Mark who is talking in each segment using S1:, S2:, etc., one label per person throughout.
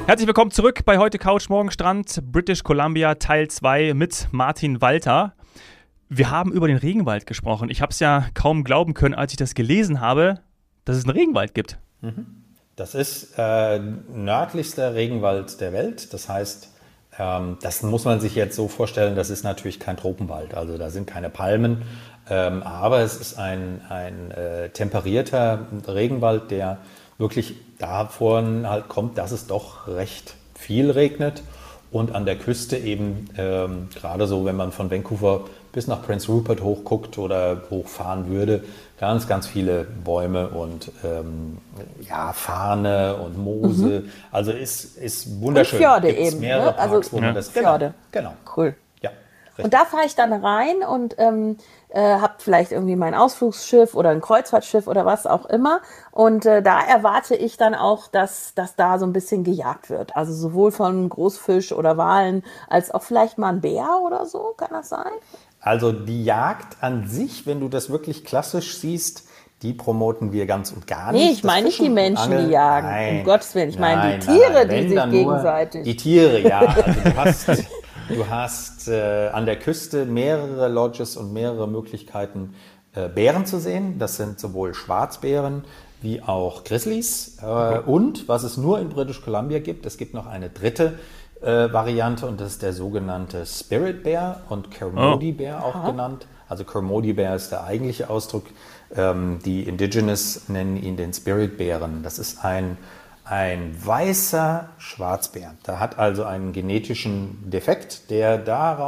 S1: Herzlich willkommen zurück bei Heute Couch, Morgen Strand, British Columbia Teil 2 mit Martin Walter. Wir haben über den Regenwald gesprochen. Ich habe es ja kaum glauben können, als ich das gelesen habe, dass es einen Regenwald gibt.
S2: Das ist nördlichster Regenwald der Welt. Das heißt, das muss man sich jetzt so vorstellen, das ist natürlich kein Tropenwald. Also da sind keine Palmen, aber es ist ein temperierter Regenwald, der wirklich davon halt kommt, dass es doch recht viel regnet und an der Küste eben gerade so, wenn man von Vancouver bis nach Prince Rupert hochguckt oder hochfahren würde, ganz, ganz viele Bäume und Farne und Moose. Also ist wunderschön.
S3: Und Fjorde
S2: Gibt's
S3: eben,
S2: mehrere
S3: ne?
S2: Parks, wo man das
S3: Fjorde.
S2: Genau.
S3: Cool.
S2: Ja.
S3: Und da fahre ich dann rein und habe vielleicht irgendwie mein Ausflugsschiff oder ein Kreuzfahrtschiff oder was auch immer. Und da erwarte ich dann auch, dass da so ein bisschen gejagt wird. Also sowohl von Großfisch oder Walen als auch vielleicht mal ein Bär oder so. Kann das sein?
S2: Also die Jagd an sich, wenn du das wirklich klassisch siehst, die promoten wir ganz und gar nicht.
S3: Nee, ich meine nicht die Menschen, die jagen.
S2: Nein,
S3: Um Gottes Willen. Ich meine die
S2: nein,
S3: Tiere,
S2: wenn
S3: die sich
S2: dann nur
S3: gegenseitig...
S2: Die Tiere, ja. Also du hast an der Küste mehrere Lodges und mehrere Möglichkeiten, Bären zu sehen. Das sind sowohl Schwarzbären wie auch Grizzlies. Und was es nur in British Columbia gibt, es gibt noch eine dritte Variante und das ist der sogenannte Spirit Bear und Kermode Bear auch genannt. Also Kermode Bear ist der eigentliche Ausdruck. Die Indigenous nennen ihn den Spirit Bären. Das ist ein weißer Schwarzbär. Der hat also einen genetischen Defekt, der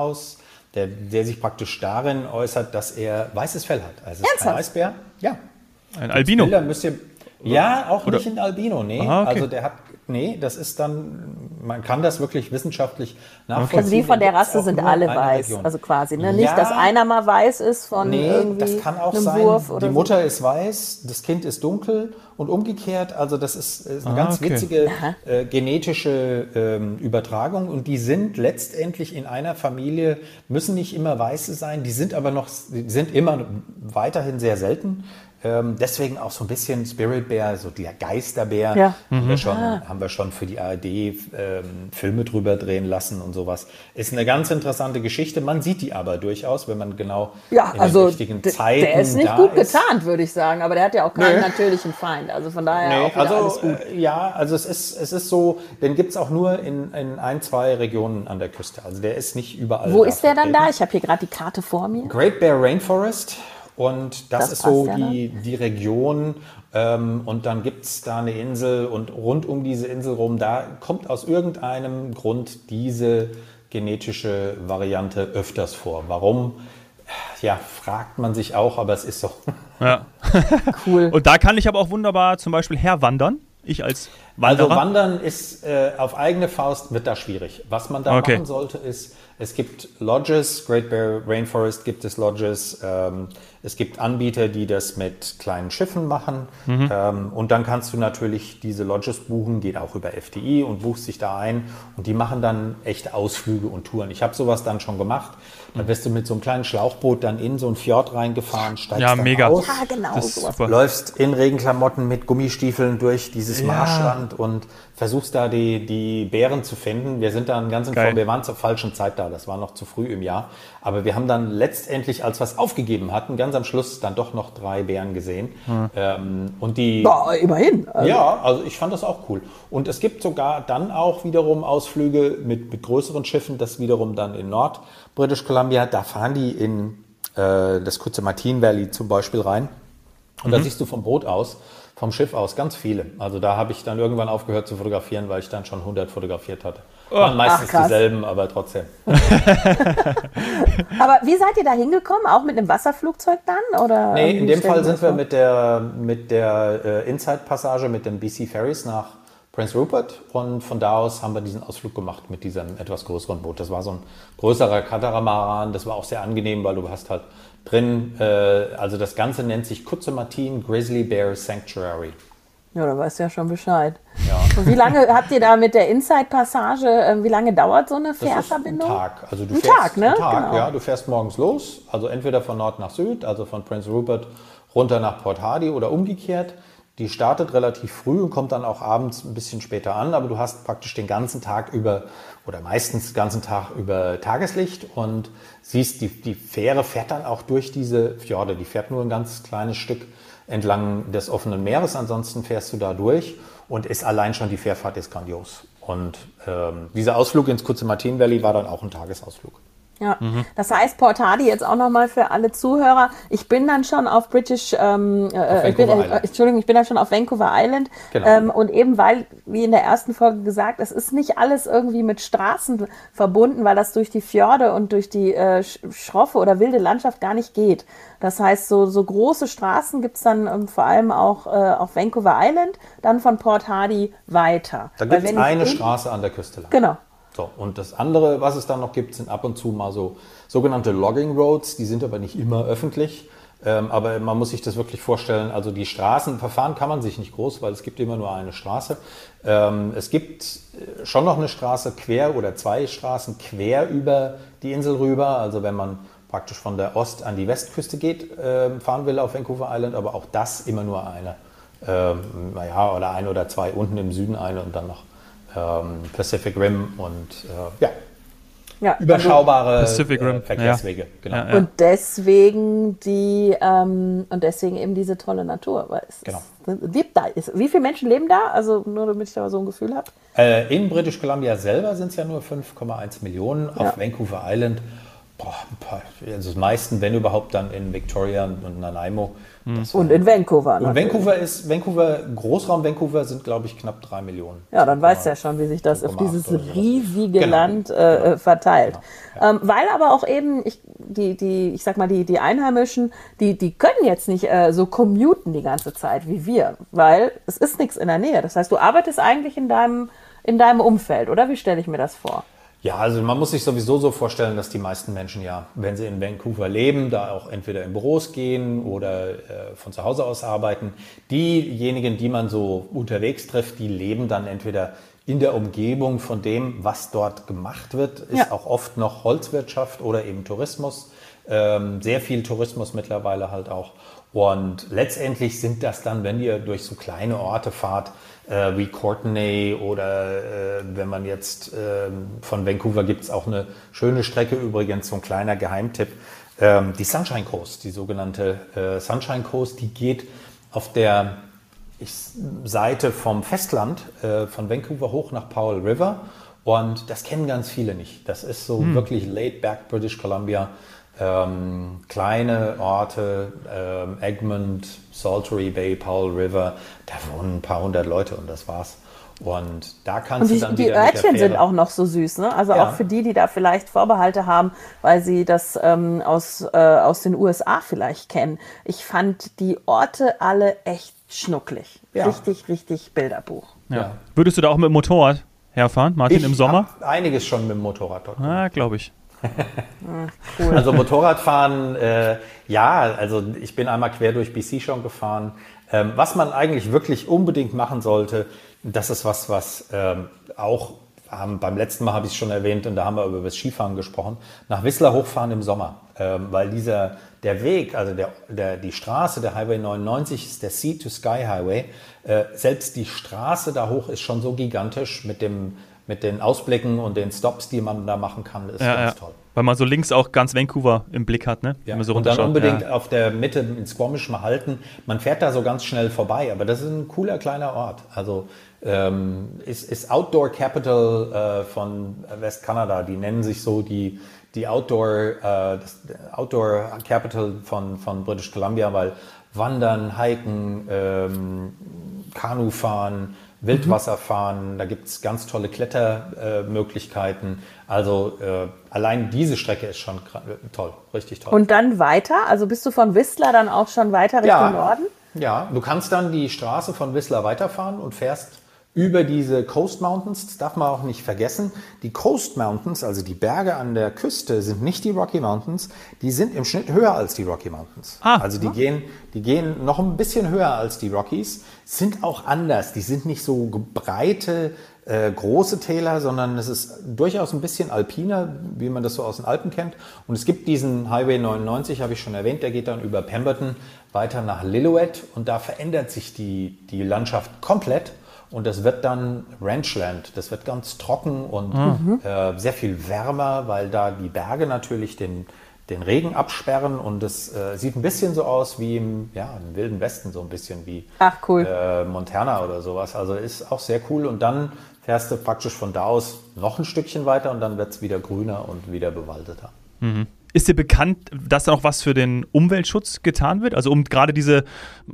S2: sich praktisch darin äußert, dass er weißes Fell hat. Also es ist kein Weißbär. Ja.
S1: Ein Albino.
S2: Bilder müsst ihr, auch nicht ein Albino, nee.
S1: Aha, okay.
S2: Also das ist dann, man kann das wirklich wissenschaftlich nachvollziehen.
S3: Also die von der Rasse sind alle weiß,
S2: Region.
S3: also quasi, ne? Nicht, dass einer mal weiß ist von irgendwie
S2: das kann auch
S3: einem
S2: sein.
S3: Wurf oder
S2: die Mutter ist weiß, das Kind ist dunkel und umgekehrt. Also das ist eine ganz witzige genetische Übertragung und die sind letztendlich in einer Familie, müssen nicht immer Weiße sein, die sind immer weiterhin sehr selten. Deswegen auch so ein bisschen Spirit Bear, so der Geisterbär, haben wir schon für die ARD Filme drüber drehen lassen und sowas. Ist eine ganz interessante Geschichte. Man sieht die aber durchaus, wenn man genau in den richtigen Zeiten
S3: der ist nicht gut getarnt, würde ich sagen, aber der hat ja auch keinen natürlichen Feind. Also von daher auch wieder alles gut.
S2: Also es ist so, den gibt es auch nur in 1-2 Regionen an der Küste. Also der ist nicht überall.
S3: Wo ist der dann da? Ich habe hier gerade die Karte vor mir.
S2: Great Bear Rainforest. Und das ist so die Region und dann gibt es da eine Insel und rund um diese Insel rum, da kommt aus irgendeinem Grund diese genetische Variante öfters vor. Warum? Ja, fragt man sich auch, aber es ist so.
S1: Ja.
S3: Cool.
S1: Und da kann ich aber auch wunderbar zum Beispiel herwandern. Ich als Wanderer.
S2: Also Wandern ist auf eigene Faust wird da schwierig. Was man da machen sollte ist, es gibt Lodges, Great Bear Rainforest gibt es Lodges, es gibt Anbieter, die das mit kleinen Schiffen machen und dann kannst du natürlich diese Lodges buchen, geht auch über FDI und buchst dich da ein und die machen dann echte Ausflüge und Touren. Ich habe sowas dann schon gemacht. Da wirst du mit so einem kleinen Schlauchboot dann in so ein Fjord reingefahren, steigst dann aus,
S3: Ja, genau. Sowas.
S2: läufst in Regenklamotten mit Gummistiefeln durch dieses Marschland und versuchst da die Bären zu finden. Wir sind dann wir waren zur falschen Zeit da, das war noch zu früh im Jahr. Aber wir haben dann letztendlich, als wir es aufgegeben hatten, ganz am Schluss dann doch noch 3 Bären gesehen. Und die...
S3: immerhin. Also.
S2: Ja, also ich fand das auch cool. Und es gibt sogar dann auch wiederum Ausflüge mit größeren Schiffen, das wiederum dann in Nord-British Columbia, da fahren die in das kurze Martin Valley zum Beispiel rein. Und da siehst du vom Boot aus, vom Schiff aus ganz viele. Also da habe ich dann irgendwann aufgehört zu fotografieren, weil ich dann schon 100 fotografiert hatte. Waren meistens dieselben, aber trotzdem.
S3: Aber wie seid ihr da hingekommen? Auch mit einem Wasserflugzeug dann? Oder
S2: nee, in dem Fall sind wir mit der Inside-Passage mit den BC Ferries nach Prince Rupert und von da aus haben wir diesen Ausflug gemacht mit diesem etwas größeren Boot. Das war so ein größerer Katamaran, das war auch sehr angenehm, weil du hast halt drin, also das Ganze nennt sich Kutsumatin Grizzly Bear Sanctuary.
S3: Ja, da weißt du ja schon Bescheid.
S2: Ja.
S3: Und wie lange habt ihr da mit der Inside-Passage, wie lange dauert so eine Fährverbindung?
S2: Das ist ein Tag. Also du
S3: ein
S2: fährst,
S3: Tag, ne?
S2: Ein Tag,
S3: genau.
S2: ja. Du fährst morgens los, also entweder von Nord nach Süd, also von Prince Rupert runter nach Port Hardy oder umgekehrt. Die startet relativ früh und kommt dann auch abends ein bisschen später an, aber du hast praktisch den ganzen Tag über oder meistens den ganzen Tag über Tageslicht und siehst, die Fähre fährt dann auch durch diese Fjorde. Die fährt nur ein ganz kleines Stück entlang des offenen Meeres, ansonsten fährst du da durch und allein schon die Fährfahrt ist grandios. Und dieser Ausflug ins Coots-Martin Valley war dann auch ein Tagesausflug.
S3: Ja, das heißt, Port Hardy jetzt auch nochmal für alle Zuhörer. Ich bin dann schon auf ich bin dann schon auf Vancouver Island.
S2: Genau.
S3: Und eben weil, wie in der ersten Folge gesagt, es ist nicht alles irgendwie mit Straßen verbunden, weil das durch die Fjorde und durch die schroffe oder wilde Landschaft gar nicht geht. Das heißt, so große Straßen gibt's dann vor allem auch auf Vancouver Island, dann von Port Hardy weiter.
S2: Da gibt es eine Straße an der Küste lang.
S3: Genau.
S2: So, und das andere, was es dann noch gibt, sind ab und zu mal so sogenannte Logging Roads, die sind aber nicht immer öffentlich. Aber man muss sich das wirklich vorstellen, also die Straßen, verfahren kann man sich nicht groß, weil es gibt immer nur eine Straße. Es gibt schon noch eine Straße quer oder zwei Straßen quer über die Insel rüber, also wenn man praktisch von der Ost- an die Westküste geht, fahren will auf Vancouver Island, aber auch das immer nur eine. Oder ein oder zwei, unten im Süden eine und dann noch Pacific Rim und überschaubare
S1: Pacific Rim.
S2: Verkehrswege.
S1: Ja.
S2: Genau.
S1: Ja, ja.
S3: Und deswegen eben diese tolle Natur. Weil es lebt da. Wie viele Menschen leben da? Also nur damit ich da so ein Gefühl habe.
S2: In British Columbia selber sind es ja nur 5,1 Millionen. Auf Vancouver Island, also das meisten, wenn überhaupt, dann in Victoria und Nanaimo.
S3: Und in Vancouver.
S2: Und Großraum Vancouver sind, glaube ich, knapp 3 Millionen.
S3: Ja, dann weißt du ja schon, wie sich das auf dieses riesige Land verteilt.
S2: Genau.
S3: Weil aber auch eben, die Einheimischen, die können jetzt nicht so commuten die ganze Zeit wie wir, weil es ist nichts in der Nähe. Das heißt, du arbeitest eigentlich in deinem Umfeld, oder? Wie stelle ich mir das vor?
S2: Ja, also man muss sich sowieso so vorstellen, dass die meisten Menschen ja, wenn sie in Vancouver leben, da auch entweder in Büros gehen oder von zu Hause aus arbeiten. Diejenigen, die man so unterwegs trifft, die leben dann entweder in der Umgebung von dem, was dort gemacht wird, ist auch oft noch Holzwirtschaft oder eben Tourismus. Sehr viel Tourismus mittlerweile halt auch. Und letztendlich sind das dann, wenn ihr durch so kleine Orte fahrt, wie Courtenay oder wenn man jetzt von Vancouver gibt es auch eine schöne Strecke übrigens, so ein kleiner Geheimtipp, die Sunshine Coast, die sogenannte Sunshine Coast, die geht auf der Seite vom Festland von Vancouver hoch nach Powell River und das kennen ganz viele nicht. Das ist so wirklich laid back British Columbia. Kleine Orte, Egmont, Saltery Bay, Powell River, da wohnen ein paar hundert Leute und das war's. Und da kannst du dann
S3: die
S2: wieder mit der
S3: Örtchen sind
S2: Fähre
S3: auch noch so süß, ne? Also auch für die da vielleicht Vorbehalte haben, weil sie das aus den USA vielleicht kennen. Ich fand die Orte alle echt schnucklig.
S2: Ja.
S3: Richtig, richtig Bilderbuch.
S1: Ja. Würdest du da auch mit dem Motorrad herfahren, Martin, im Sommer?
S2: Ich habe einiges schon mit dem Motorrad dort gemacht.
S1: Ah, glaube ich.
S3: Cool.
S2: Also Motorradfahren, also ich bin einmal quer durch BC schon gefahren. Was man eigentlich wirklich unbedingt machen sollte, das ist was auch, beim letzten Mal habe ich es schon erwähnt und da haben wir über das Skifahren gesprochen, nach Whistler hochfahren im Sommer. Weil der Weg, also die Straße, der Highway 99 ist der Sea to Sky Highway. Selbst die Straße da hoch ist schon so gigantisch mit den Ausblicken und den Stops, die man da machen kann, ist ganz toll.
S1: Weil man so links auch ganz Vancouver im Blick hat, ne?
S2: Ja.
S1: Wenn man so
S2: und dann
S1: runterschaut.
S2: unbedingt auf der Mitte in Squamish mal halten. Man fährt da so ganz schnell vorbei, aber das ist ein cooler kleiner Ort. Also ist Outdoor Capital von Westkanada. Die nennen sich so die Outdoor Capital von British Columbia, weil Wandern, Hiken, Kanufahren, Wildwasserfahren, da gibt es ganz tolle Klettermöglichkeiten. Also allein diese Strecke ist schon toll, richtig toll.
S3: Und dann weiter? Also bist du von Whistler dann auch schon weiter Richtung Norden?
S2: Ja, du kannst dann die Straße von Whistler weiterfahren und fährst über diese Coast Mountains. Das darf man auch nicht vergessen. Die Coast Mountains, also die Berge an der Küste, sind nicht die Rocky Mountains. Die sind im Schnitt höher als die Rocky Mountains. Also die gehen noch ein bisschen höher als die Rockies, sind auch anders. Die sind nicht so breite große Täler, sondern es ist durchaus ein bisschen alpiner, wie man das so aus den Alpen kennt. Und es gibt diesen Highway 99, habe ich schon erwähnt, der geht dann über Pemberton weiter nach Lillooet und da verändert sich die Landschaft komplett. Und das wird dann Ranchland, das wird ganz trocken und sehr viel wärmer, weil da die Berge natürlich den Regen absperren und es sieht ein bisschen so aus wie im Wilden Westen, so ein bisschen wie Montana oder sowas. Also ist auch sehr cool und dann fährst du praktisch von da aus noch ein Stückchen weiter und dann wird es wieder grüner und wieder bewaldeter.
S1: Mhm. Ist dir bekannt, dass da noch was für den Umweltschutz getan wird? Also um gerade diese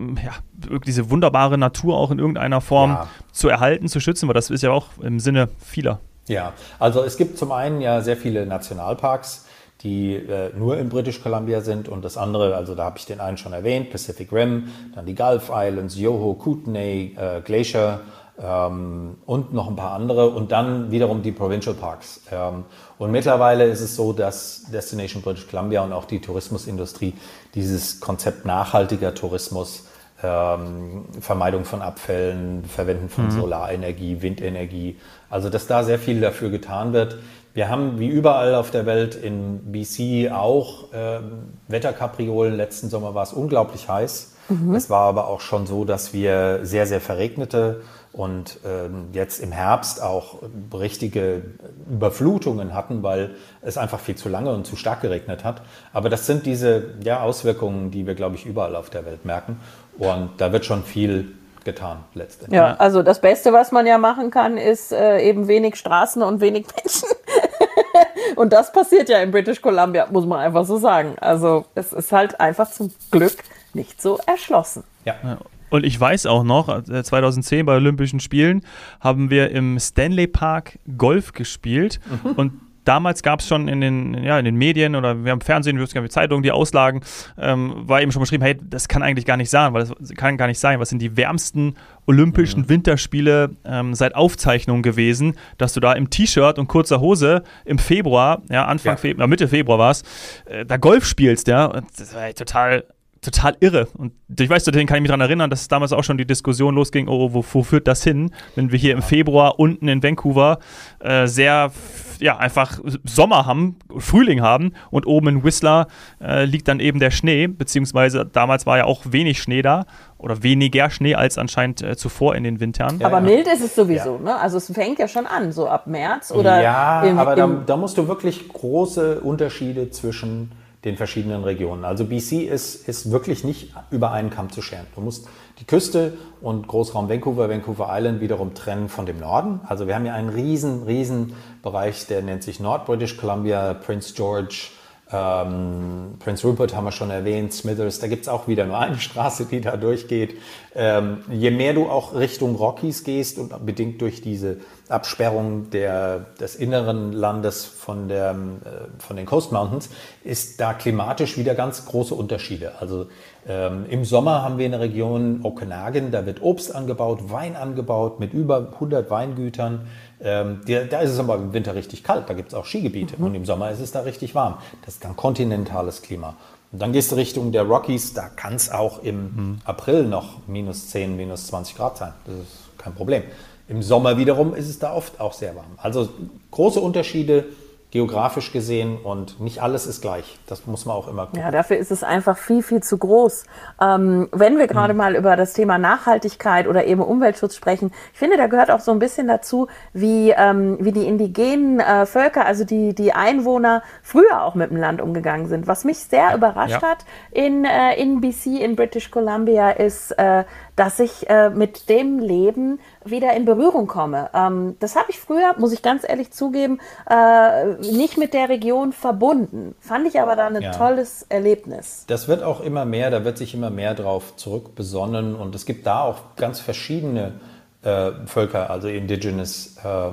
S1: wunderbare Natur auch in irgendeiner Form zu erhalten, zu schützen, weil das ist ja auch im Sinne vieler.
S2: Ja, also es gibt zum einen ja sehr viele Nationalparks, die nur in British Columbia sind und das andere, also da habe ich den einen schon erwähnt, Pacific Rim, dann die Gulf Islands, Yoho, Kootenay, Glacier und noch ein paar andere und dann wiederum die Provincial Parks. Und mittlerweile ist es so, dass Destination British Columbia und auch die Tourismusindustrie dieses Konzept nachhaltiger Tourismus, Vermeidung von Abfällen, Verwenden von Solarenergie, Windenergie, also dass da sehr viel dafür getan wird. Wir haben wie überall auf der Welt in BC auch Wetterkapriolen. Letzten Sommer war es unglaublich heiß. Es war aber auch schon so, dass wir sehr, sehr verregnete und jetzt im Herbst auch richtige Überflutungen hatten, weil es einfach viel zu lange und zu stark geregnet hat. Aber das sind diese Auswirkungen, die wir, glaube ich, überall auf der Welt merken. Und da wird schon viel getan letztendlich.
S3: Ja, also das Beste, was man ja machen kann, ist eben wenig Straßen und wenig Menschen. Und das passiert ja in British Columbia, muss man einfach so sagen. Also es ist halt einfach zum Glück nicht so erschlossen.
S2: Ja.
S1: Und ich weiß auch noch, 2010 bei Olympischen Spielen haben wir im Stanley Park Golf gespielt und damals gab es schon in den Medien oder wir haben Fernsehen, wir Zeitungen, die Auslagen, war eben schon beschrieben, hey, das kann eigentlich gar nicht sein, weil das kann gar nicht sein, was sind die wärmsten Olympischen Winterspiele seit Aufzeichnung gewesen, dass du da im T-Shirt und kurzer Hose im Februar, Mitte Februar war es, da Golf spielst, ja, und das war total irre. Und ich weiß, deswegen kann ich mich daran erinnern, dass damals auch schon die Diskussion losging, wo führt das hin, wenn wir hier im Februar unten in Vancouver einfach Sommer haben, Frühling haben und oben in Whistler liegt dann eben der Schnee, beziehungsweise damals war ja auch wenig Schnee da oder weniger Schnee als anscheinend zuvor in den Wintern.
S3: Aber mild ist es sowieso, ne? Also es fängt ja schon an, so ab März oder...
S2: Ja, aber da musst du wirklich große Unterschiede zwischen den verschiedenen Regionen. Also BC ist wirklich nicht über einen Kamm zu scheren. Du musst die Küste und Großraum Vancouver Island wiederum trennen von dem Norden. Also wir haben ja einen riesen Bereich, der nennt sich Nord British Columbia, Prince George, Prince Rupert haben wir schon erwähnt, Smithers, da gibt es auch wieder nur eine Straße, die da durchgeht. Je mehr du auch Richtung Rockies gehst und bedingt durch diese Absperrung des inneren Landes von den Coast Mountains, ist da klimatisch wieder ganz große Unterschiede. Also im Sommer haben wir eine Region Okanagan, da wird Obst angebaut, Wein angebaut mit über 100 Weingütern. Da ist es aber im Winter richtig kalt, da gibt es auch Skigebiete und im Sommer ist es da richtig warm. Das ist dann kontinentales Klima. Und dann gehst du Richtung der Rockies, da kann es auch im April noch -10, -20 Grad sein. Das ist kein Problem. Im Sommer wiederum ist es da oft auch sehr warm. Also große Unterschiede geografisch gesehen und nicht alles ist gleich. Das muss man auch immer gucken.
S3: Ja, dafür ist es einfach viel zu groß. Wenn wir gerade mal über das Thema Nachhaltigkeit oder eben Umweltschutz sprechen, ich finde, da gehört auch so ein bisschen dazu, wie die indigenen Völker, also die Einwohner früher auch mit dem Land umgegangen sind. Was mich sehr überrascht hat in BC, in British Columbia, ist, dass ich mit dem Leben wieder in Berührung komme. Das habe ich früher, muss ich ganz ehrlich zugeben, nicht mit der Region verbunden. Fand ich aber da ein tolles Erlebnis.
S2: Das wird auch immer mehr, da wird sich immer mehr drauf zurückbesonnen und es gibt da auch ganz verschiedene Völker, also Indigenous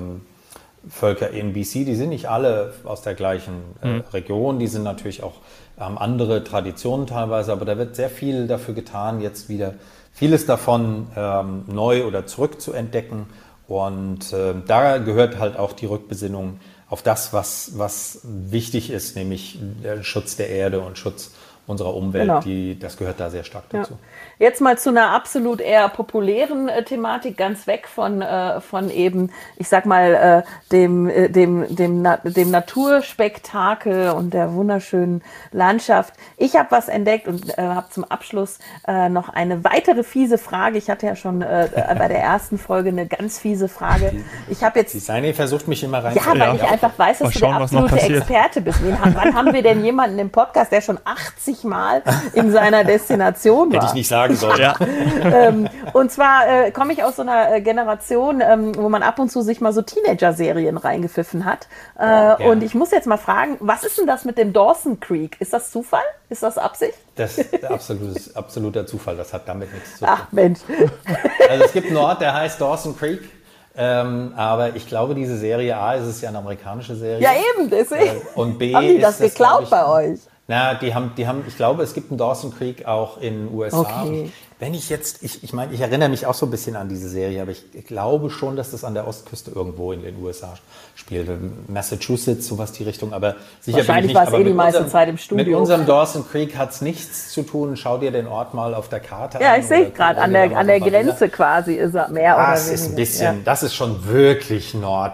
S2: Völker in BC, die sind nicht alle aus der gleichen Region, die sind natürlich auch, haben andere Traditionen teilweise, aber da wird sehr viel dafür getan, jetzt wieder vieles davon neu oder zurück zu entdecken und da gehört halt auch die Rückbesinnung auf das, was wichtig ist, nämlich der Schutz der Erde und Schutz unserer Umwelt,
S3: Genau.
S2: das gehört da sehr stark dazu.
S3: Jetzt mal zu einer absolut eher populären Thematik, ganz weg von eben, ich sag mal, dem Naturspektakel und der wunderschönen Landschaft. Ich habe was entdeckt und habe zum Abschluss noch eine weitere fiese Frage. Ich hatte ja schon bei der ersten Folge eine ganz fiese Frage. Ich habe jetzt...
S2: Die Seine versucht mich immer rein.
S3: Ja, weil ich einfach weiß, dass du der absolute Experte bist. Wann haben wir denn jemanden im Podcast, der schon 80 Mal in seiner Destination war?
S2: Hätte ich nicht sagen sollen.
S1: Ja.
S3: Und zwar komme ich aus so einer Generation, wo man ab und zu sich mal so Teenager-Serien reingepfiffen hat. Und ich muss jetzt mal fragen, was ist denn das mit dem Dawson Creek? Ist das Zufall? Ist das Absicht?
S2: Das ist absoluter Zufall. Das hat damit nichts zu tun.
S3: Ach Mensch.
S2: Also es gibt einen Ort, der heißt Dawson Creek. Aber ich glaube, diese Serie A, ist es ja eine amerikanische Serie.
S3: Ja eben, deswegen.
S2: Und B,
S3: haben die das
S2: ist
S3: geklaut bei euch?
S2: Na, die haben, ich glaube, es gibt einen Dawson Creek auch in den USA.
S3: Okay.
S2: Wenn ich jetzt, ich meine, ich erinnere mich auch so ein bisschen an diese Serie, aber ich glaube schon, dass das an der Ostküste irgendwo in den USA spielt. Massachusetts, sowas die Richtung, aber sicher
S3: Wahrscheinlich
S2: bin ich nicht.
S3: war es die meiste Zeit im Studio.
S2: Mit unserem Dawson Creek hat es nichts zu tun. Schau dir den Ort mal auf der Karte an.
S3: Ja, ich sehe gerade, an der Grenze quasi ist er mehr oder weniger.
S2: Das ist ein bisschen, das ist schon wirklich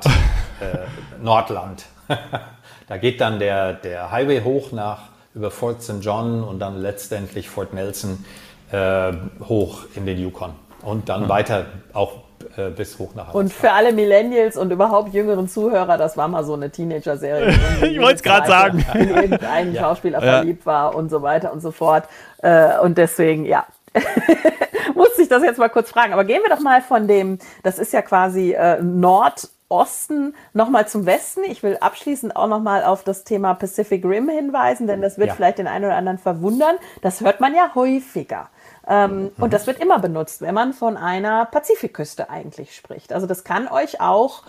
S2: Nordland. Da geht dann der Highway hoch über Fort St. John und dann letztendlich Fort Nelson hoch in den Yukon und dann weiter auch bis hoch nach Alaska.
S3: Und für alle Millennials und überhaupt jüngeren Zuhörer, das war mal so eine Teenager-Serie.
S1: Ich wollte es gerade sagen.
S3: In irgendeinen Schauspieler verliebt war und so weiter und so fort. Und deswegen, musste ich das jetzt mal kurz fragen. Aber gehen wir doch mal von dem, das ist ja quasi Nordosten nochmal zum Westen. Ich will abschließend auch nochmal auf das Thema Pacific Rim hinweisen, denn das wird vielleicht den einen oder anderen verwundern. Das hört man ja häufiger. Und das wird immer benutzt, wenn man von einer Pazifikküste eigentlich spricht. Also das kann euch auch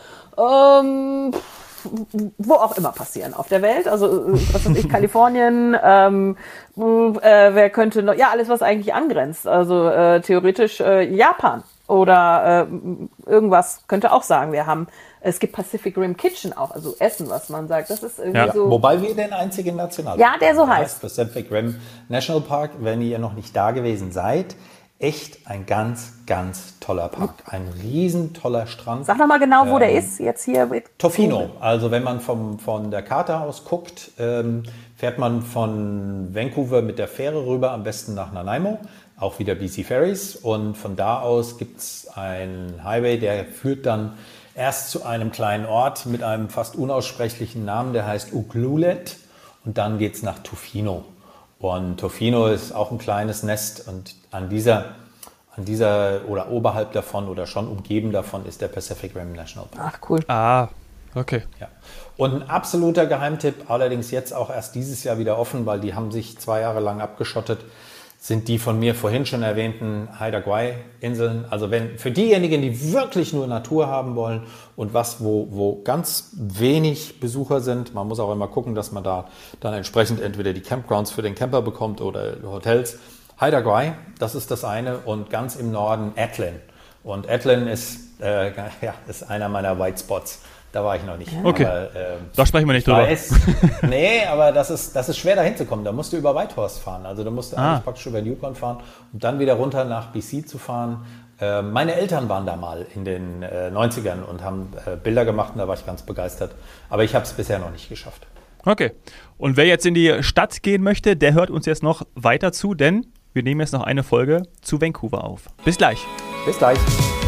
S3: wo auch immer passieren auf der Welt. Also was weiß ich, Kalifornien, wer könnte noch, alles was eigentlich angrenzt. Also theoretisch Japan. Oder irgendwas könnte auch sagen, es gibt Pacific Rim Kitchen auch, also Essen, was man sagt. Das ist irgendwie so.
S2: Wobei wir den einzigen Nationalpark
S3: der so heißt.
S2: Pacific Rim National Park, wenn ihr noch nicht da gewesen seid. Echt ein ganz, ganz toller Park. Ein riesen toller Strand.
S3: Sag nochmal genau, wo der ist, jetzt hier.
S2: Tofino. Also wenn man von der Karte aus guckt, fährt man von Vancouver mit der Fähre rüber, am besten nach Nanaimo. Auch wieder BC Ferries. Und von da aus gibt es einen Highway, der führt dann erst zu einem kleinen Ort mit einem fast unaussprechlichen Namen, der heißt Ucluelet. Und dann geht es nach Tofino. Und Tofino ist auch ein kleines Nest. Und an dieser oder oberhalb davon oder schon umgeben davon ist der Pacific Rim National Park.
S3: Ach, cool.
S1: Ah, okay.
S2: Ja. Und ein absoluter Geheimtipp, allerdings jetzt auch erst dieses Jahr wieder offen, weil die haben sich 2 Jahre lang abgeschottet, sind die von mir vorhin schon erwähnten Haida Gwaii-Inseln. Also für diejenigen, die wirklich nur Natur haben wollen und wo ganz wenig Besucher sind, man muss auch immer gucken, dass man da dann entsprechend entweder die Campgrounds für den Camper bekommt oder Hotels. Haida Gwaii, das ist das eine, und ganz im Norden Atlin. Und Atlin ist einer meiner White Spots. Da war ich noch nicht.
S1: Okay, aber, da sprechen wir nicht drüber.
S2: Nee, aber das ist schwer dahin zu kommen. Da musst du über Whitehorse fahren. Also da musst du eigentlich praktisch über den Yukon fahren, um dann wieder runter nach BC zu fahren. Meine Eltern waren da mal in den 90ern und haben Bilder gemacht und da war ich ganz begeistert. Aber ich habe es bisher noch nicht geschafft.
S1: Okay, und wer jetzt in die Stadt gehen möchte, der hört uns jetzt noch weiter zu, denn wir nehmen jetzt noch eine Folge zu Vancouver auf. Bis gleich.
S2: Bis gleich.